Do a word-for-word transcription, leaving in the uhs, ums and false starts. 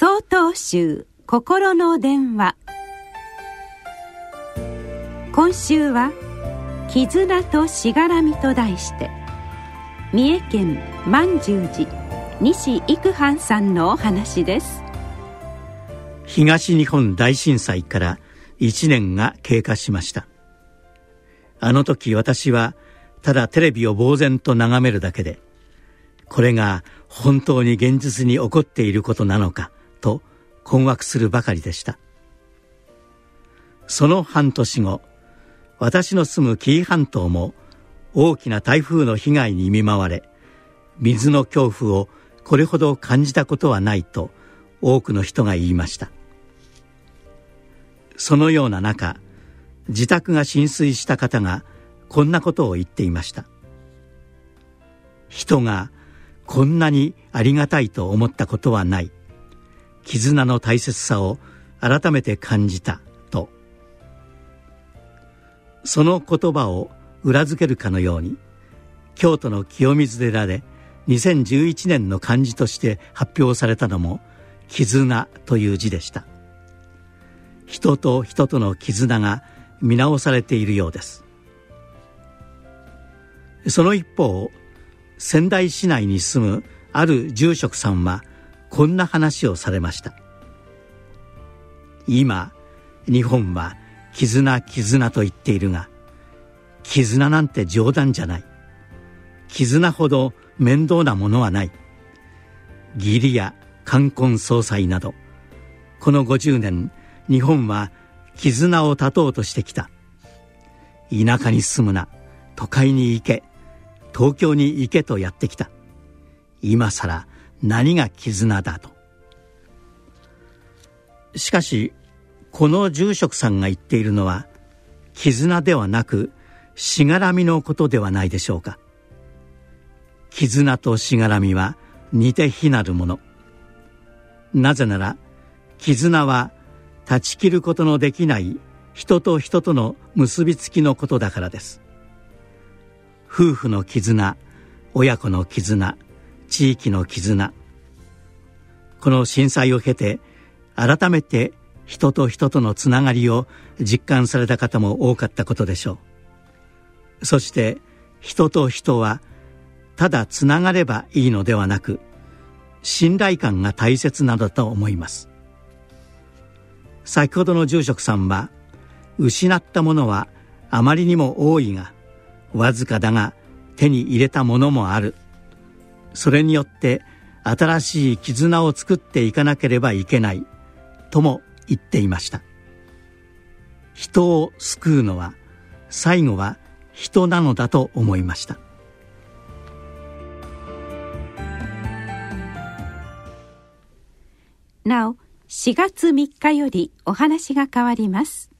曹洞宗心の電話。今週は絆としがらみと題して、三重県満住寺西幾範さんのお話です。 東日本大震災からいちねんが経過しました。あの時私はただテレビを呆然と眺めるだけで、これが本当に現実に起こっていることなのかと困惑するばかりでした。その半年後、私の住む紀伊半島も大きな台風の被害に見舞われ、水の恐怖をこれほど感じたことはないと多くの人が言いました。そのような中、自宅が浸水した方がこんなことを言っていました。人がこんなにありがたいと思ったことはない。絆の大切さを改めて感じたと。その言葉を裏付けるかのように、京都の清水寺でにせんじゅういちねんの漢字として発表されたのも絆という字でした。人と人との絆が見直されているようです。その一方、仙台市内に住むある住職さんはこんな話をされました。今、日本は絆絆と言っているが、絆なんて冗談じゃない。絆ほど面倒なものはない。義理や冠婚葬祭など、このごじゅうねん、日本は絆を断とうとしてきた。田舎に住むな、都会に行け、東京に行けとやってきた。今さら何が絆だと。しかし、この住職さんが言っているのは、絆ではなくしがらみのことではないでしょうか。絆としがらみは似て非なるもの。なぜなら、絆は断ち切ることのできない人と人との結びつきのことだからです。夫婦の絆、親子の絆、地域の絆。この震災を経て、改めて人と人とのつながりを実感された方も多かったことでしょう。そして人と人はただつながればいいのではなく、信頼感が大切なのだと思います。先ほどの住職さんは、失ったものはあまりにも多いが、わずかだが手に入れたものもある。それによって新しい絆を作っていかなければいけないとも言っていました。人を救うのは最後は人なのだと思いました。 なお、しがつみっかよりお話が変わります。